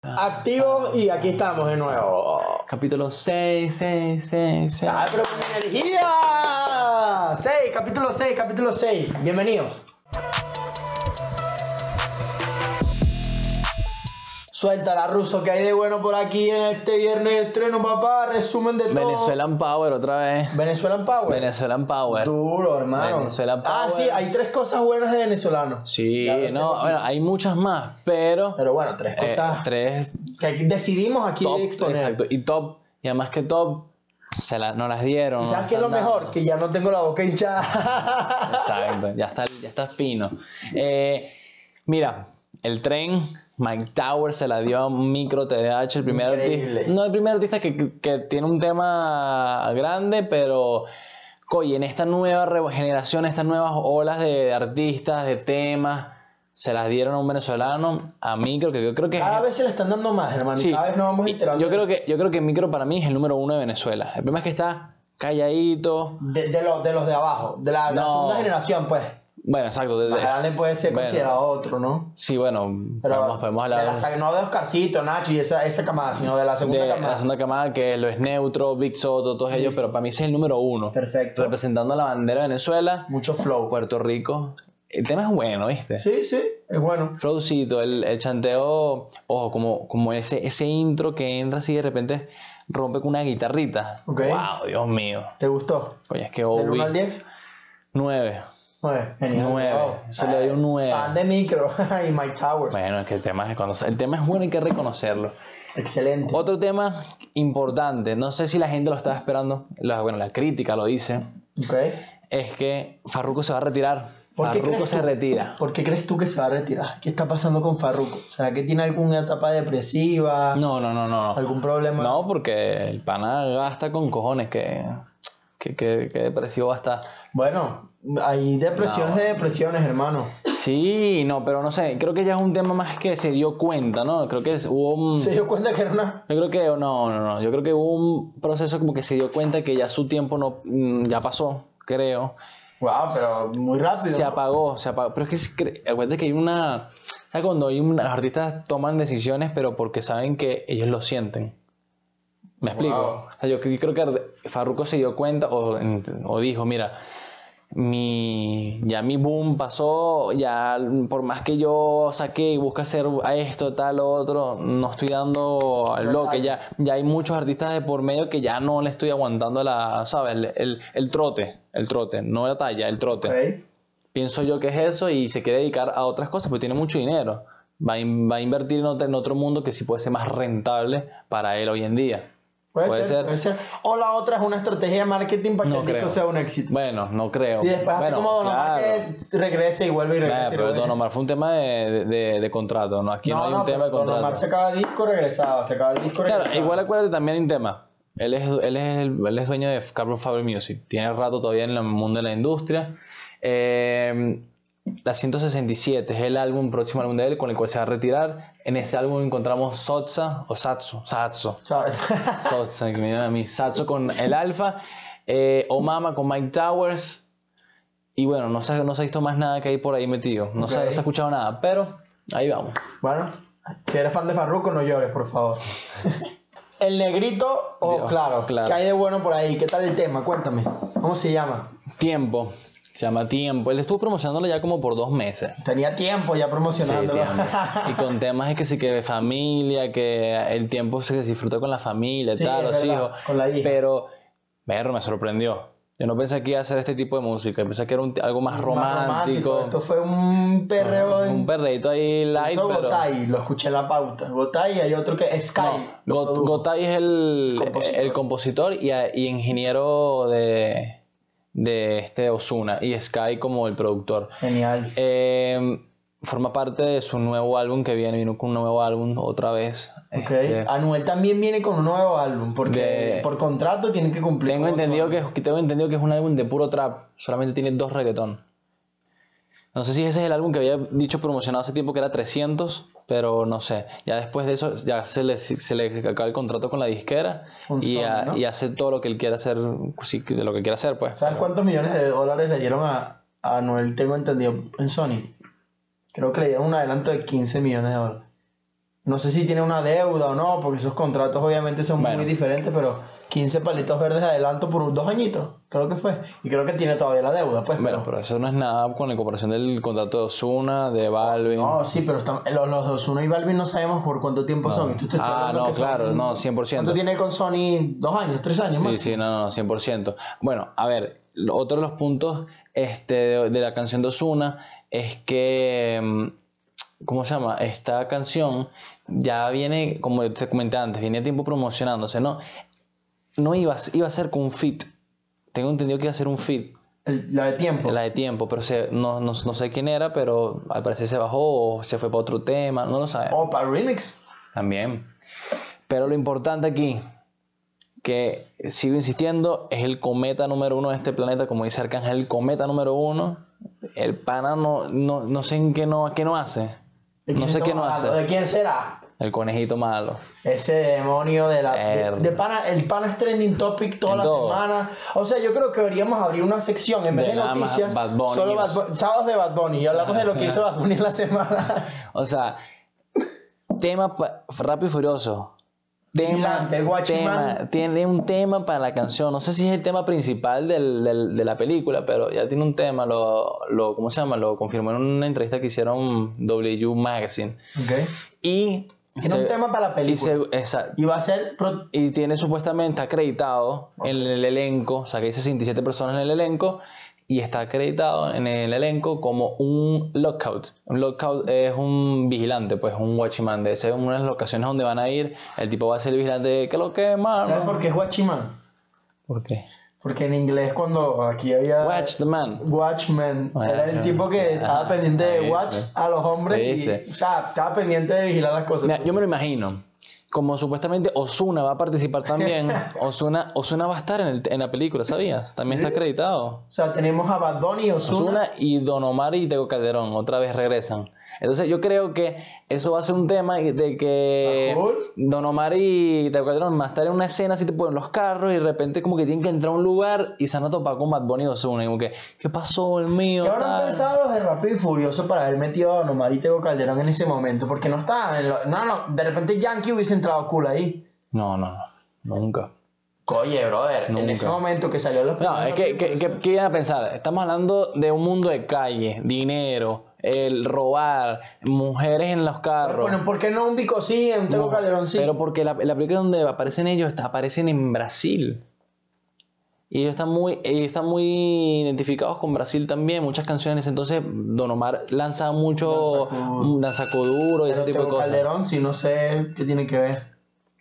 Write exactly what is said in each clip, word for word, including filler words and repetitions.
Activo y aquí estamos de nuevo. Capítulo seis, seis, seis, seis. ¡Ay, pero con energía! seis, capítulo seis, capítulo seis. Bienvenidos. Suéltala, Ruso, que hay de bueno por aquí en este viernes de estreno, papá. Resumen de todo. Venezuelan Power otra vez. Venezuelan Power. Venezuelan Power. Duro, hermano. Venezuelan Power. Ah, sí, hay tres cosas buenas de venezolanos. Sí, Ya lo no, tengo aquí. bueno, hay muchas más, pero... Pero bueno, tres eh, cosas tres que aquí decidimos aquí top, exponer. exacto. Y top, y además que top, se la, no las dieron. ¿Y no sabes qué es lo están mejor? dando. Que ya no tengo la boca hinchada. Exacto, ya está, ya está fino. Eh, mira, el tren, Mike Tower se la dio a Micro T D H, el primer Increíble. artista. No el primer artista que, que, que tiene un tema grande, pero oye, en esta nueva generación, estas nuevas olas de, de artistas, de temas, se las dieron a un venezolano, a Micro, que yo creo que Cada es, vez se le están dando más, hermano. sí, Cada vez nos vamos y enterando. yo creo que yo creo que Micro para mí es el número uno de Venezuela. El problema es que está calladito. De, de, los, de los de abajo, de la, de la No. segunda generación, pues. Bueno, exacto. de- Más de- grande puede ser bueno, considerado otro, ¿no? Sí, bueno, Pero podemos, podemos hablar de la, sa- no de Oscarcito, Nacho y esa, esa camada, sino de la segunda de camada. la segunda camada, que lo es Neutro, Big Soto, todos ellos, pero para mí ese es el número uno. Perfecto. Representando la bandera de Venezuela, Mucho flow. Puerto Rico. El tema es bueno, ¿viste? Sí, sí, es bueno. Flowcito, el, el chanteo, ojo, como, como ese, ese intro que entra así de repente rompe con una guitarrita. Ok. Wow, Dios mío. ¿Te gustó? Coño, es que ¿Del uno al Obi. diez? nueve. nueve. Genial. Nueve. Wow. Yo le doy un nueve. Fan de Micro y Mike Towers. Bueno, es que el tema es cuando el tema es bueno, hay que reconocerlo. Excelente. Otro tema importante, no sé si la gente lo estaba esperando, la, bueno, la crítica lo dice, Ok. es que Farruko se va a retirar. ¿Por qué Farruko crees se tú? retira. ¿Por qué crees tú que se va a retirar? ¿Qué está pasando con Farruko? ¿Será que tiene alguna etapa depresiva? No, no, no, no. no. ¿Algún problema? No, porque el pana gasta con cojones, que, que, que, que depresivo va a estar. Bueno, hay depresiones No. de depresiones, hermano. Sí, no, pero no sé, creo que ya es un tema más que se dio cuenta, ¿no? Creo que hubo un... Se dio cuenta que era una... Yo creo que, no, no, no, yo creo que hubo un proceso como que se dio cuenta que ya su tiempo no, mm, ya pasó, creo. Wow, pero muy rápido. Se ¿no? apagó, se apagó. Pero es que se cre- acuérdate que hay una... ¿Sabes cuando hay una, los artistas toman decisiones pero porque saben que ellos lo sienten? ¿Me explico? Wow. O sea, yo cre- creo que Farruko se dio cuenta o, en- o dijo, mira, mi, ya mi boom pasó, ya por más que yo saqué y busque hacer a esto, tal, lo otro, no estoy dando el bloque. Ya, ya hay muchos artistas de por medio que ya no le estoy aguantando la, ¿sabes? El, el, el trote, el trote, no la talla, el trote. Ok. Pienso yo que es eso y se quiere dedicar a otras cosas, porque tiene mucho dinero. Va a, in- va a invertir en otro, en otro mundo que sí puede ser más rentable para él hoy en día. Puede, Puede ser, ser. puede ser. O la otra es una estrategia de marketing para que No el disco creo. sea un éxito. Bueno, no creo. Y después hace Bueno, como Don Omar claro. que regrese y vuelve y Nah, regresa. y pero vuelve. Don Omar fue un tema de, de, de contrato, ¿no? Aquí no, hay un tema de pero Don contrato. Omar sacaba disco, regresaba, sacaba disco, Claro, regresaba. igual acuérdate también hay un tema. Él es, él es, el- él es dueño de Carbon Fiber Music. Tiene rato todavía en el mundo de la industria. Eh, la ciento sesenta y siete es el álbum, próximo álbum de él, con el cual se va a retirar. En ese álbum encontramos Sotsa, o Satso, Satso. ¿Sabes? Sotsa, que me llaman a mí. Satso con el Alfa. Eh, Omama con Mike Towers. Y bueno, no se, no se ha visto más nada que hay por ahí metido. No, se, Ok. no se ha escuchado nada, pero ahí vamos. Bueno, si eres fan de Farruko, no llores, por favor. El negrito, oh, Dios, claro, claro. ¿qué hay de bueno por ahí? ¿Qué tal el tema? Cuéntame. ¿Cómo se llama? Tiempo. Se llama Tiempo. Él estuvo promocionándolo ya como por dos meses. Tenía tiempo ya Sí, promocionándolo. tiempo. Y con temas de que sí que familia, que el tiempo se disfruta con la familia, Sí, tal, es los verdad, hijos. con la hija. Pero, berro, me sorprendió. Yo no pensé que iba a hacer este tipo de música. Pensé que era un- algo más Más romántico. Esto fue un perreo en... Un perreíto ahí light, Hizo pero... Gotay, lo escuché en la pauta. Gotay y hay otro que es Sky. No, lo Got- produjo. Gotay es el Compositor. el compositor y, a- y ingeniero de, de este Ozuna. Y Sky como el productor. Genial. Eh, forma parte de su nuevo álbum que viene, vino con un nuevo álbum otra vez. Ok. Este, Anuel también viene con un nuevo álbum porque De- por contrato tienen que cumplir. tengo con otro entendido que, álbum. es- que tengo entendido que es un álbum de puro trap, solamente tiene dos reggaetón. No sé si ese es el álbum que había dicho promocionado hace tiempo que era trescientos, pero no sé. Ya después de eso ya se le, se le acaba el contrato con la disquera y, Funciona, a- ¿no? y hace todo lo que él quiera hacer, sí, de lo que quiera hacer, pues. ¿Sabes cuántos millones de dólares le dieron a, a Anuel? Tengo entendido en Sony. Creo que le dieron un adelanto de quince millones de dólares. No sé si tiene una deuda o no, porque esos contratos obviamente son Bueno. muy diferentes, pero quince palitos verdes de adelanto por dos añitos, creo que fue. Y creo que tiene todavía la deuda, pues. Bueno, pero eso no es nada con la comparación del contrato de Ozuna, de Balvin. No, sí, pero estamos, los, los dos, Ozuna y Balvin no sabemos por cuánto tiempo No. son. Esto te estoy Ah, hablando no, que son- claro, no, cien por ciento. ¿Cuánto tiene con Sony? ¿Dos años? ¿Tres años Sí, más? sí, no, no, cien por ciento. Bueno, a ver, lo- otro de los puntos este, de, de la canción de Ozuna es que, mm, ¿cómo se llama? Esta canción ya viene, como te comenté antes, viene tiempo promocionándose, ¿no? No iba, a- iba a ser con un feat. Tengo entendido que iba a ser un feat, El- la de tiempo. la de tiempo, pero se, no, no, no sé quién era, pero al parecer se bajó o se fue para otro tema, no lo sabemos. O para remix. También. Pero lo importante aquí, que sigo insistiendo, es el cometa número uno de este planeta, como dice Arcángel, el cometa número uno. El pana no, no, no sé en qué no, qué no hace. ¿De No quién sé qué estamos no hablando? hace. ¿De quién será? El conejito malo. Ese demonio de la... De, Er- de pana, el pana es trending topic toda En la todo. semana. O sea, yo creo que deberíamos abrir una sección en vez De de, nada más noticias. Bad Bunny Solo News. Bad Bu- sábados de Bad Bunny. Y hablamos de lo que hizo Bad Bunny en la semana. O sea, tema pa- Rápido y Furioso. Tema, Vigilante, el Watchman. tema, tiene un tema para la canción. No sé si es el tema principal del, del- de la película, pero ya tiene un tema. Lo, lo, ¿Cómo se llama? Lo confirmó en una entrevista que hicieron W Magazine. Ok. Y Tiene se- un tema para la y película. se- exacto. Y va a ser... pro- Y tiene supuestamente acreditado en el elenco, o sea que hay sesenta y siete personas en el elenco, y está acreditado en el elenco como un lookout. Un lookout es un vigilante, pues un watchman. De ser una de las locaciones donde van a ir, el tipo va a ser el vigilante. ¿Qué es lo que es, mano? ¿Sabes por qué es Watchman? ¿Por qué? Porque en inglés cuando aquí había... Watch the man. Watchman. Watchman. Era el tipo que estaba Ajá. pendiente de Ahí watch está. a los hombres. ¿Viste? Y, o sea, estaba pendiente de vigilar las cosas. Mira, yo me lo imagino. Como supuestamente Ozuna va a participar también, Ozuna, Ozuna va a estar en, el- en la película, ¿sabías? También está acreditado. O sea, tenemos a Bad Bunny y Ozuna. Ozuna y Don Omar y Tego Calderón otra vez regresan. Entonces yo creo que eso va a ser un tema de que Ah, cool. Don Omar y Tego Calderón van a estar en una escena así tipo en los carros y de repente como que tienen que entrar a un lugar y se van a topar con Bad Bunny y Ozuna y como que ¿qué pasó el mío? ¿Qué habrán tal? pensado los de Rápido y Furioso para haber metido a Don Omar y Tego Calderón en ese momento? Porque no estaban en lo- No, no, de repente Yankee hubiese entrado cool ahí. No, no, no, nunca. Oye, brother, en Nunca. ese momento que salió los No, primeros es que, Rápido y que, Furioso. que, ¿qué iban a pensar? Estamos hablando de un mundo de calle, dinero, el robar, mujeres en los carros. Bueno, ¿por qué no un Vico sí, un Tego No, Calderón sí? Pero porque la, la película donde aparecen ellos está, aparecen en Brasil. Y ellos están muy, ellos están muy identificados con Brasil también, muchas canciones. Entonces, Don Omar lanza mucho Danzacuduro. danzacoduro y ese Pero tipo de Tego cosas. Calderón, sí, no sé qué tiene que ver.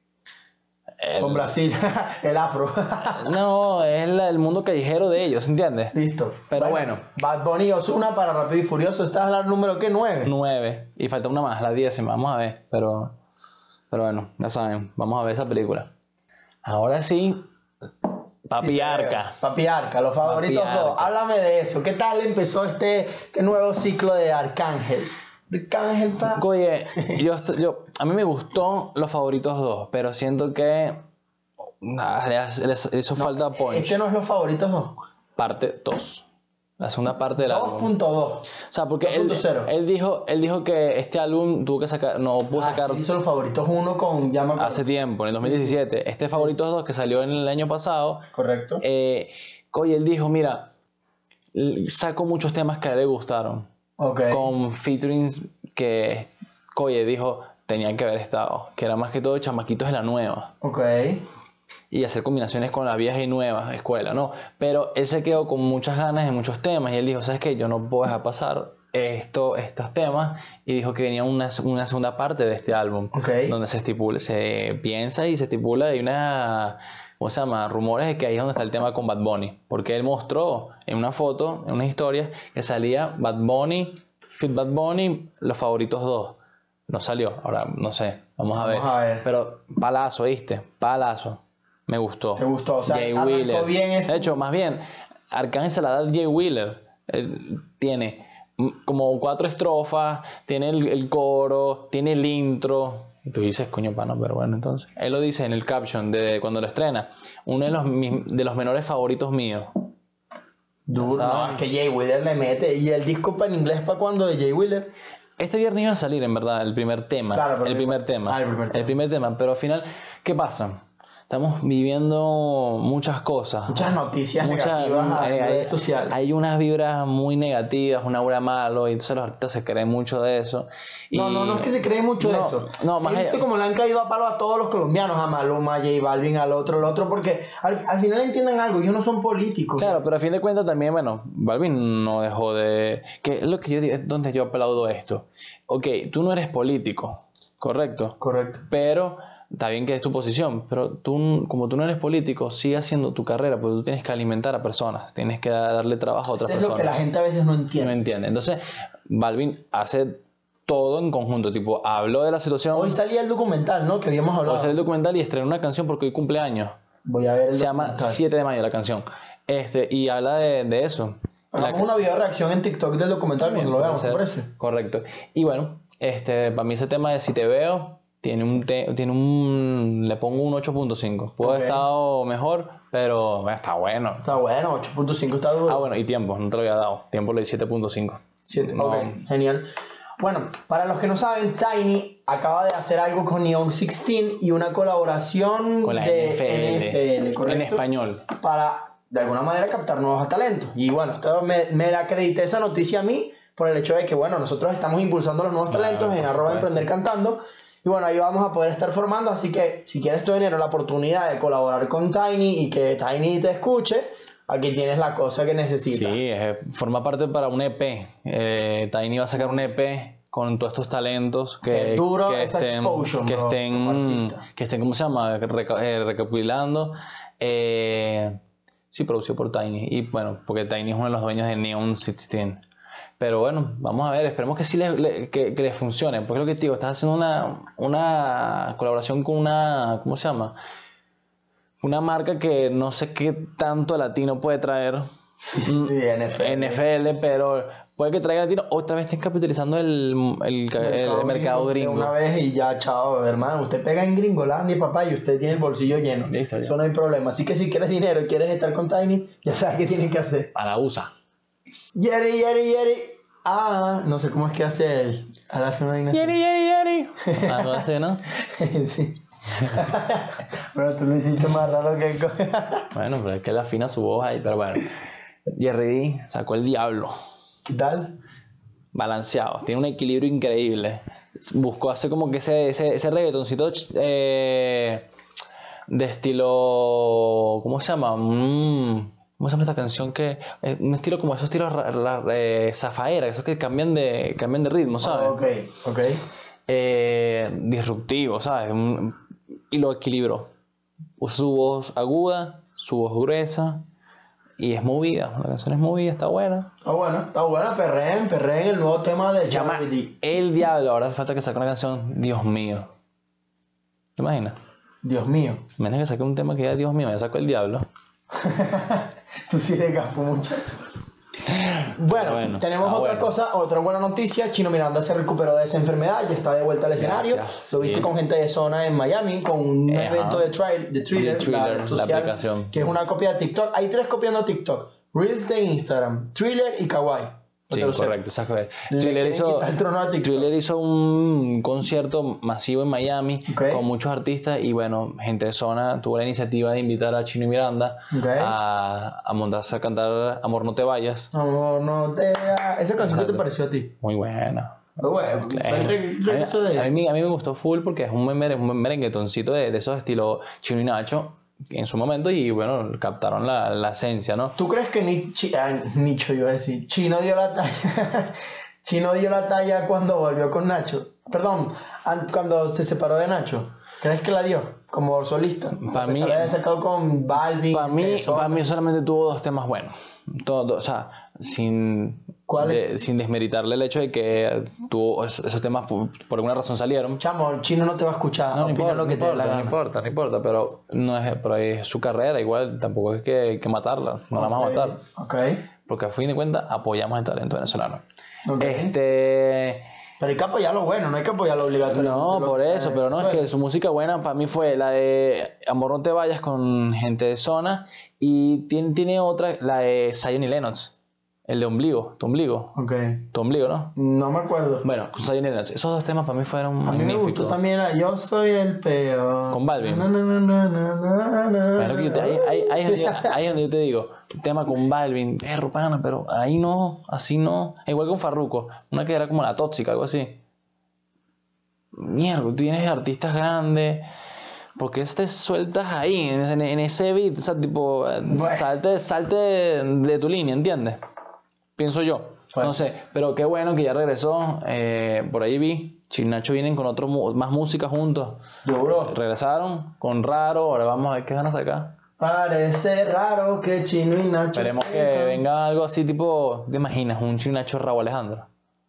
El- Con Brasil, el afro. no, es la- el mundo callejero de ellos, ¿entiendes? Listo. Pero bueno. Bad Bunny y Ozuna para Rápido y Furioso. Esta es la número que nueve. Nueve. Y falta una más, la diez, vamos a ver. Pero, pero bueno, ya saben, vamos a ver esa película. Ahora sí, Papi Sí, te Arca. veo. Papi Arca, los favoritos Papi dos. Arca. Háblame de eso. ¿Qué tal empezó este, este nuevo ciclo de Arcángel? Arcángel, pa. Oye, yo, yo, a mí me gustó los favoritos dos, pero siento que ah, les, les hizo falta punch. Este no es los favoritos dos. Parte dos. La segunda parte del álbum. dos punto dos. O sea, porque él, dos punto cero. él, dijo, él dijo que este álbum tuvo que sacar, no pudo sacar Ah, hizo los favoritos uno con Llama. hace tiempo, en el dos mil diecisiete. Este Favoritos dos que salió en el año pasado, Correcto. eh, oye, él dijo, mira, l- sacó muchos temas que a él le gustaron. Ok. Con featurings que, oye, dijo, tenían que haber estado. Que era más que todo chamaquitos de la nueva. Ok. Y hacer combinaciones con la vieja y nueva escuela, ¿no? Pero él se quedó con muchas ganas de muchos temas y él dijo, ¿sabes qué? Yo no puedo dejar pasar esto, estos temas. Y dijo que venía una, una segunda parte de este álbum. Ok. Donde se estipula, se piensa y se estipula, hay una, ¿cómo se llama? Rumores de que ahí es donde está el tema con Bad Bunny. Porque él mostró en una foto, en una historia, que salía Bad Bunny, Fit Bad Bunny, los favoritos dos. No salió, ahora no sé, vamos a ver. Vamos a ver. Pero palazo, ¿viste? Palazo. Me gustó. ¿Te gustó? O sea, Jay arrancó Wheeler. bien eso. De hecho, más bien, Arcángel se la da Jay Wheeler. Él tiene mm, como cuatro estrofas, tiene el, el coro, tiene el intro. Y tú dices, coño, pana, pero bueno, entonces. Él lo dice en el caption de cuando lo estrena. Uno de los, mis- de los menores favoritos míos. Duro. No, Ah. es que Jay Wheeler le mete. ¿Y el disco para en inglés para cuando de Jay Wheeler? Este viernes iba a salir, en verdad, el primer tema. Claro, pero el primer tema. Ah, el primer tema. El primer tema. Pero al final, ¿qué pasa? Estamos viviendo muchas cosas. Muchas noticias Muchas- negativas hay, en hay- redes sociales. hay unas vibras muy negativas, una aura malo, y entonces los artistas se creen mucho de eso. No, Y- no, no es que se cree mucho de No, eso. no, más He visto allá- como le han caído a palo a todos los colombianos, a Maluma, a J Balvin, al otro, al otro, porque al, al final entiendan algo, ellos no son políticos. Claro, pero a fin de cuentas también, bueno, Balvin no dejó de... Que es lo que yo digo, es donde yo aplaudo esto. Ok, tú no eres político, correcto, Correcto. pero está bien que es tu posición, pero tú, como tú no eres político, sigue haciendo tu carrera, porque tú tienes que alimentar a personas, tienes que darle trabajo a otras Eso es lo personas. que la gente a veces no No entiende. entiende. Entonces, Balvin hace todo en conjunto, tipo, habló de la situación, Hoy salía el documental, ¿no? Que habíamos hablado. hoy sale el documental y estrenó una canción porque hoy cumpleaños. Voy a ver el Se llama documental. siete de mayo la canción. Este, y habla de, de eso. Hagamos La- una video reacción en TikTok del documental cuando lo puede veamos, ¿te ser. parece? Correcto. Y bueno, este, para mí ese tema de Si Te Veo tiene un, te- tiene un le pongo un ocho punto cinco. Pudo haber Ok. estado mejor, pero bueno, está bueno. Está bueno, ocho punto cinco está duro. Ah, bueno, y tiempo, no te lo había dado. Tiempo le di siete punto cinco. Siete. No. Ok, genial. Bueno, para los que no saben, Tiny acaba de hacer algo con Neon dieciséis y una colaboración Con la de N F L, N F L, en ¿correcto? español. Para, de alguna manera, captar nuevos talentos. Y bueno, esto me, me acredité esa noticia a mí por el hecho de que, bueno, nosotros estamos impulsando los nuevos Claro, talentos en por arroba supuesto. emprender cantando. Y bueno, ahí vamos a poder estar formando. Así que si quieres tu dinero, la oportunidad de colaborar con Tiny y que Tiny te escuche, aquí tienes la cosa que necesitas. Sí, es- forma parte para un E P. Eh, Tiny va a sacar un E P con todos estos talentos que, Qué duro que esa estén, exposure, que bro, como estén, artista. que estén, ¿cómo se llama? Reca- eh, recapitulando. Eh, sí, producido por Tiny. Y bueno, porque Tiny es uno de los dueños de Neon dieciséis. Pero bueno, vamos a ver, esperemos que sí les, le- que, que les funcione. Porque es lo que te digo, estás haciendo una, una colaboración con una, ¿cómo se llama? Una marca que no sé qué tanto latino puede traer. Sí, N F L. N F L, pero puede que traiga latino. Otra vez estén capitalizando el, el, el mercado de gringo. Una vez y ya, chao, hermano. Usted pega en Gringolandia, papá, y usted tiene el bolsillo lleno. Listo, ya. Eso no hay problema. Así que si quieres dinero y quieres estar con Tiny, ya sabes qué tienes que hacer. A la U S A. Yeri, Yeri, Yeri. Ah, no sé cómo es que hace él. Ahora hace una vaina así. Yeri, yeri, yeri. Algo así, ¿no? Sí. Pero tú lo hiciste más raro que... co- Bueno, pero es que él afina su voz ahí. Pero bueno. Jerry D sacó el diablo. ¿Qué tal? Balanceado. Tiene un equilibrio increíble. Buscó hacer como que ese, ese, ese reggaetoncito eh, de estilo... ¿Cómo se llama? Mm, ¿Cómo se llama esta canción? Que es un estilo como esos estilos ra- ra- eh, zafaera, esos que cambian de, cambian de ritmo, ¿sabes? Ok, ok. Eh, disruptivo, ¿sabes? Un- y lo equilibró. Su voz aguda, su voz gruesa y es movida. La canción es movida, está buena. Está bueno, está buena. Perren, perren el nuevo tema de Se llama Charity. El Diablo. Ahora falta que saque una canción, Dios mío. ¿Te imaginas? Dios mío. Menos que saque un tema que ya, Dios mío, ya sacó El Diablo. Tú sí le gaspo mucho. Bueno, Bueno, tenemos ah, otra bueno. cosa, otra buena noticia. Chino Miranda se recuperó de esa enfermedad, ya está de vuelta al escenario. Gracias. Lo viste Sí. con gente de zona en Miami, con un Ajá. evento de, trail, de Thriller, De Thriller, red la social, aplicación. que es una copia de TikTok. Hay tres copiando TikTok: Reels de Instagram, Thriller y Kawaii. Sí, Para que lo sepas. correcto, exacto. Le Thriller quieren hizo, quitar el trono a TikTok. Thriller hizo un concierto masivo en Miami Ok. con muchos artistas y bueno, gente de zona tuvo la iniciativa de invitar a Chino y Miranda Ok. a, a montarse a cantar Amor no te vayas. No, no te... ¿Esa canción qué te pareció a ti? Muy buena. Bueno, fue el re- regreso a, mí, de... a, mí, a mí me gustó full porque es un, mere- un merenguetoncito de, de esos estilos Chino y Nacho en su momento y bueno, captaron la, la esencia, ¿no? ¿Tú crees que Nichi, ah, Nicho iba a decir, Chino dio la talla? Chino dio la talla cuando volvió con Nacho. Perdón, an- cuando se separó de Nacho. ¿Crees que la dio como solista? Pa' A mí- pesar de haber sacado con Balvin. Para mí, eso. para mí solamente tuvo dos temas buenos. Todo, o sea, sin, ¿Cuáles? de- sin desmeritarle el hecho de que tuvo esos, esos temas por, por alguna razón salieron. Chamo, Chino no te va a escuchar. No, no opina importa, lo que no te dé la importa, no gana. importa, no importa, pero no es, pero es su carrera, igual tampoco es que, que matarla, no la vamos a Ok, matar, Ok. porque a fin de cuentas apoyamos el talento venezolano. Ok. Este, Pero hay que apoyar lo bueno, no hay que apoyar lo obligatorio. no, Lo por que eso, se pero no, es suele. que su música buena para mí fue la de Amor no te vayas con gente de zona y tiene, tiene otra, la de Zion y Lennox. El de ombligo, tu ombligo. Ok. Tu ombligo, ¿no? No me acuerdo. Bueno, con Zion y Lennox. Esos dos temas para mí fueron A mí me magníficos. gustó también a Yo Soy el Peor. Con Balvin. Na, na, na, na, na, na, Es lo que yo te- ahí, ahí- ahí es donde yo, ahí es donde yo te digo, el tema con Balvin, perro pana, pero ahí no, así no. Igual con Farruko, una que era como La Tóxica, algo así. Mierda, tú tienes artistas grandes, ¿por qué te sueltas ahí, en, en- en ese beat? O sea, tipo, eh, Bueno. salte, salte de tu línea, ¿entiendes? Pienso yo. Bueno. No sé, pero qué bueno que ya regresó. eh, por ahí vi, Chinacho vienen con otro, mu- más música juntos. Duro. Regresaron con Raro, ahora vamos a ver qué van a sacar. Parece raro que Chino y Nacho. Esperemos que tengan- venga algo así tipo, ¿te imaginas? Un Chinacho Raúl Alejandro.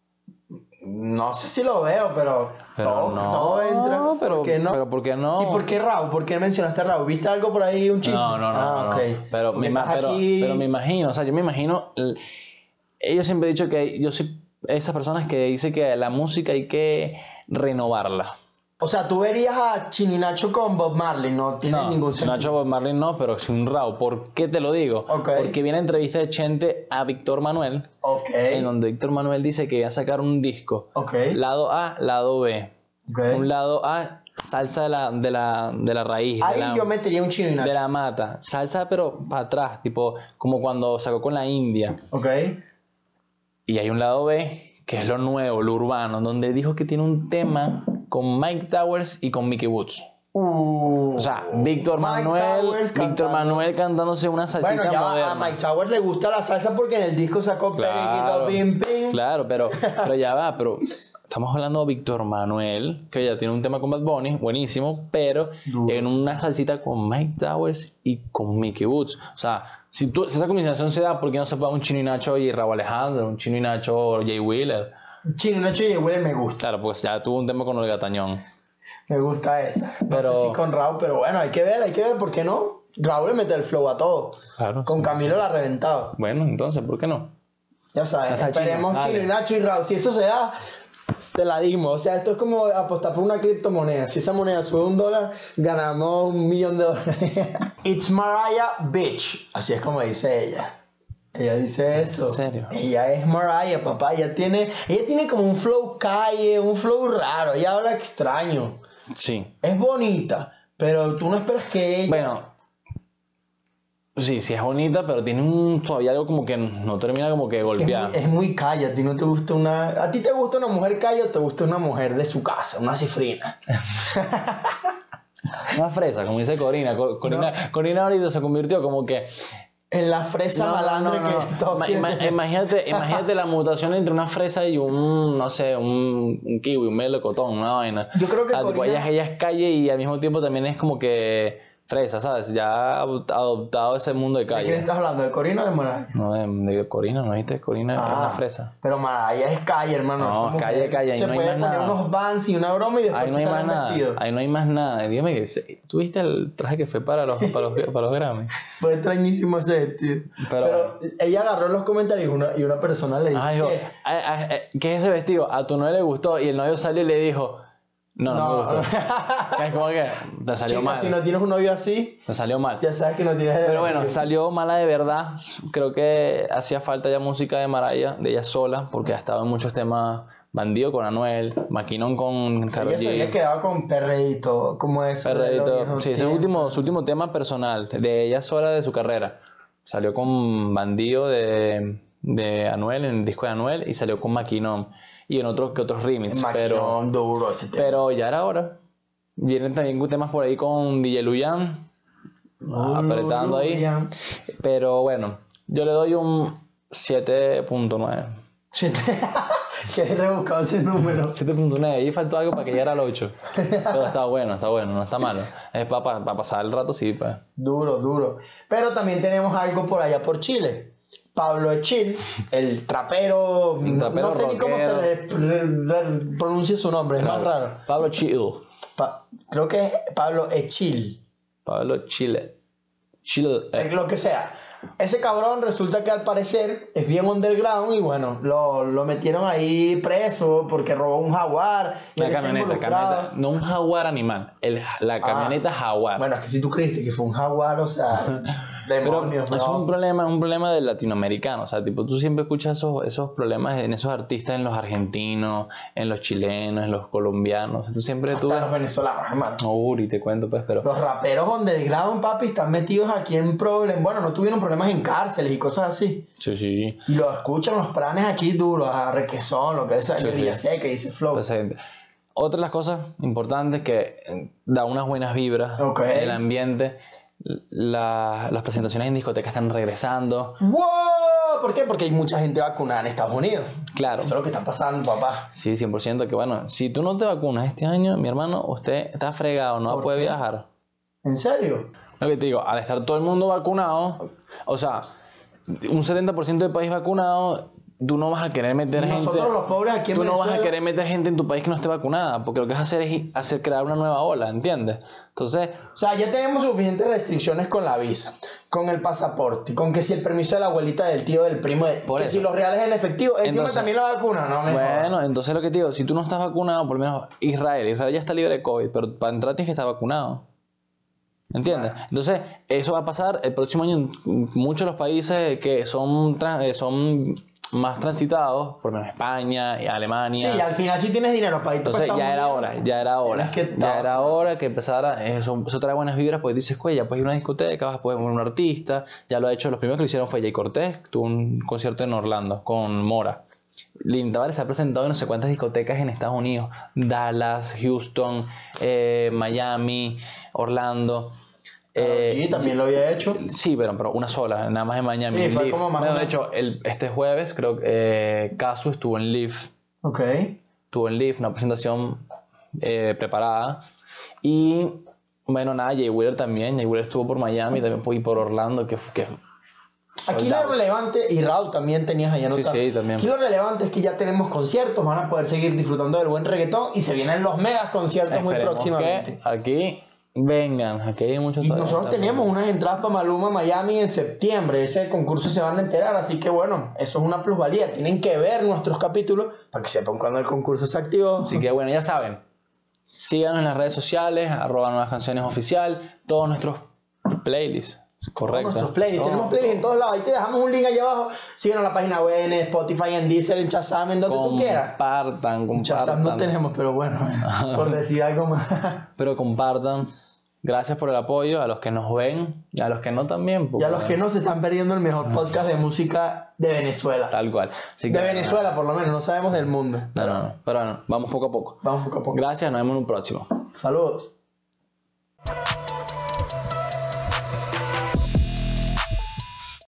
No sé si lo veo, pero, Pero todo, no, todo entra. pero, ¿Por qué no? pero ¿por qué no? ¿Y por qué Raúl? ¿Por qué mencionaste a Raúl? ¿Viste algo por ahí, un chico? No, no, no, Ah, no, no. ok. Pero, Porque me, ima- estás pero, aquí- pero me imagino, o sea, yo me imagino, el- ellos siempre han dicho que yo soy esas personas que dicen que la música hay que renovarla. O sea, tú verías a Chino y Nacho con Bob Marley, no tiene No, ningún sentido. Nacho Bob Marley no, pero sí un Raúl. ¿Por qué te lo digo? Ok. Porque viene entrevista de Chente a Víctor Manuel, Ok. en donde Víctor Manuel dice que va a sacar un disco. Ok. Lado A, lado B. Ok. Un lado A, salsa de la, de la, de la raíz. de Ahí la, yo metería un Chino y Nacho. de la mata. Salsa pero para atrás, tipo como cuando sacó con la India. Ok. Y hay un lado B, que es lo nuevo, lo urbano, donde dijo que tiene un tema con Mike Towers y con Mickey Woods. Uh, O sea, Víctor Mike Manuel, Towers Víctor cantando. Manuel cantándose una salsita Bueno, ya va, moderna. a Mike Towers le gusta la salsa porque en el disco sacó Claro, Periquito Pim Pim. claro, pero, pero ya va, pero estamos hablando de Víctor Manuel, que ya tiene un tema con Bad Bunny, buenísimo, pero Duro, en sí. una salsita con Mike Towers y con Mickey Woods. O sea, si, tú, si esa combinación se da, ¿por qué no se puede un Chino y Nacho y Raúl Alejandro, un Chino y Nacho Jay Wheeler? Chino y Nacho y Will me gusta. Claro, pues ya tuvo un tema con Olga Tañón. Me gusta esa. No Pero- sé si con Raúl, pero bueno, hay que ver, hay que ver, ¿por qué no? Raúl le mete el flow a todo. Claro. Con Camilo la ha reventado. Bueno, entonces, ¿por qué no? Ya sabes, Ya sabes, esperemos Chino, Chino dale. y Nacho y Raúl. Si eso se da, te la dimos. O sea, esto es como apostar por una criptomoneda. Si esa moneda sube un dólar, ganamos un millón de dólares. It's Mariah Bitch. Así es como dice ella. Ella dice eso. serio? Ella es Mariah, papá. Ella tiene, ella tiene como un flow calle, un flow raro. Ella habla extraño. Sí. Es bonita, pero tú no esperas que ella... Bueno, sí, sí es bonita, pero tiene un todavía algo como que no termina como que Es golpeada. muy, es muy calle, a ti no te gusta una... ¿A ti te gusta una mujer calle o te gusta una mujer de su casa, una cifrina? Una fresa, como dice Corina. Co- Corina, Corina ahorita se convirtió como que... En la fresa No, no, malandra no, no. que todos Ima- quieren ima- tener. imagínate, imagínate la mutación entre una fresa y un, no sé, un, un kiwi, un melocotón, una vaina. Yo creo que Ah, tipo, Corina- ella, ella es calle y al mismo tiempo también es como que fresa, ¿sabes? Ya ha adop- adoptado ese mundo de ¿De quién calle. estás hablando? ¿De Corina o de Mariah? No, de, de Corina, ¿no viste? Corina es Ah, una fresa. Pero Mariah es calle, hermano. No, esa mujer calle, calle, ahí Se no hay puede más poner nada. unos vans y una broma y después Ahí no te hay sale más un nada. vestido. Ahí no hay más nada. Dígame que se- ¿tú viste el traje que fue para los, para los, para los Grammy? Fue extrañísimo ese vestido. Pero- Pero, ella agarró en los comentarios y una, y una persona le dijo Ah, dijo, que... "Ah, ah, eh, ¿qué es ese vestido? A tu novio le gustó y el novio salió y le dijo, no, no, me gustó. Es como que te salió Chica, mal. si no tienes un novio así, Te salió mal. ya sabes que no tienes... Pero bueno, salió mala de verdad. Creo que hacía falta ya música de Mariah, de ella sola, porque ha estado en muchos temas. Bandido con Anuel, Maquinón con Karol Ella se había G. quedado con Perreíto, como es. Perreíto. Sí, ese es el último, su último tema personal, de ella sola de su carrera. Salió con Bandido de, de Anuel, en el disco de Anuel, y salió con Maquinón. Y en otros que otros remix. Pero, Maquinón duro ese tema. pero ya era hora. Vienen también temas por ahí con D J Luyan, apretando ahí. Luyan. Pero bueno, yo le doy un siete punto nueve. Que he rebuscado ese número. siete punto nueve, ahí faltó algo para que llegara al ocho. Pero está bueno, está bueno, no está malo. Es para pasar el rato, sí, pues. Duro, duro. Pero también tenemos algo por allá por Chile. Pablo Echil, el trapero, El trapero no sé ni cómo se rockero. le re- re- pronuncia su nombre, es más raro. Pablo Chill. Pa- creo que es Pablo Echil, Pablo Chile. Chill. eh, eh, lo que sea. ese cabrón resulta que al parecer es bien underground y bueno, lo, lo metieron ahí preso porque robó un jaguar. Y La él está camioneta, involucrado. camioneta, no un jaguar animal, el, la camioneta Ah, jaguar. Bueno, es que si tú creíste que fue un jaguar, o sea, Pero demonios, es bro. un problema, un problema del latinoamericano, o sea, tipo, tú siempre escuchas esos, esos problemas en esos artistas, en los argentinos, en los chilenos, en los colombianos, tú siempre tú Hasta ves... los venezolanos, hermano. No, Uri, te cuento pues, pero... Los raperos underground, papi, están metidos aquí en problemas. Bueno, no tuvieron problemas en cárceles y cosas así. Sí, sí, Y lo escuchan los pranes aquí duros, a Requesón, lo que es Sí, el sí. Villaseca, dice Flow. pues, eh, otra de las cosas importantes que eh, da unas buenas vibras Ok. el ambiente, la- las presentaciones en discotecas están regresando, ¡Wow! ¿Por qué? Porque hay mucha gente vacunada en Estados Unidos. claro. Eso es lo que está pasando, papá. Sí, cien por ciento que bueno, si tú no te vacunas este año, mi hermano, usted está fregado, no va a ¿Por poder qué? viajar. ¿En serio? Lo que te digo, al estar todo el mundo vacunado, o sea, un setenta por ciento del país vacunado, tú no vas a querer meter Y gente... nosotros los pobres aquí en Tú no vas a Venezuela- querer meter gente en tu país que no esté vacunada, porque lo que vas a hacer es hacer crear una nueva ola, ¿entiendes? Entonces, O sea, ya tenemos suficientes restricciones con la visa, con el pasaporte, con que si el permiso de la abuelita, del tío, del primo, de, Por que eso. si los reales en efectivo, encima Entonces- también la vacuna, no me bueno, jodas. entonces lo que te digo, si tú no estás vacunado, por lo menos Israel, Israel ya está libre de COVID, pero para entrar tienes que estar vacunado. ¿Entiendes? Entonces, eso va a pasar el próximo año en muchos de los países que son, tran- eh, son más transitados, por lo menos España y Alemania. Sí, y al final si tienes dinero para irte Entonces para ya era Estados hora, Unidos, ya era hora. tienes que- Ya era hora que empezara. Eso, eso trae buenas vibras porque dices, güey, ya puedes ir a una discoteca, vas a poder ver un artista. Ya lo ha hecho, los primeros que lo hicieron fue Jay Cortés, tuvo un concierto en Orlando con Mora. Lin Tavares se ha presentado en no sé cuántas discotecas en Estados Unidos: Dallas, Houston, eh, Miami, Orlando. Eh, Sí, también lo había hecho. Sí, pero, pero una sola, nada más en Miami. Sí, en fue Live. como más Bueno, o de menos. hecho, el, este jueves creo que eh, Casu estuvo en Live. Ok. Estuvo en Live, una presentación eh, preparada. Y bueno, nada, Jay Wheeler también. Jay Wheeler estuvo por Miami, también fue por Orlando, que, que Aquí sold lo out. relevante, y Raúl también tenías ahí anotado. Sí, sí, también. Aquí lo relevante es que ya tenemos conciertos, van a poder seguir disfrutando del buen reggaetón y se vienen los megas conciertos muy Esperemos próximamente. que aquí vengan, aquí hay muchos. Y nosotros tenemos unas entradas para Maluma Miami en septiembre. Ese concurso se van a enterar, así que bueno, eso es una plusvalía. Tienen que ver nuestros capítulos para que sepan cuándo el concurso se activó. Así que bueno, ya saben. Síganos en las redes sociales, arroba nuevas canciones oficial, todos nuestros playlists. Correcto. Nuestros playlists. Todo, Tenemos playlists en todos lados. Ahí te dejamos un link ahí abajo. Síguenos en la página web, en Spotify, en Deezer, en Shazam, en donde tú quieras. Compartan, En Shazam compartan. no tenemos, pero bueno, por decir algo más. Pero compartan. Gracias por el apoyo a los que nos ven y a los que no también. Y porque- a los que no se están perdiendo el mejor podcast de música de Venezuela. Tal cual. Así De que, Venezuela, por lo menos, no sabemos del mundo. No, no, no. Pero bueno, vamos poco a poco. Vamos poco a poco. Gracias, nos vemos en un próximo. Saludos.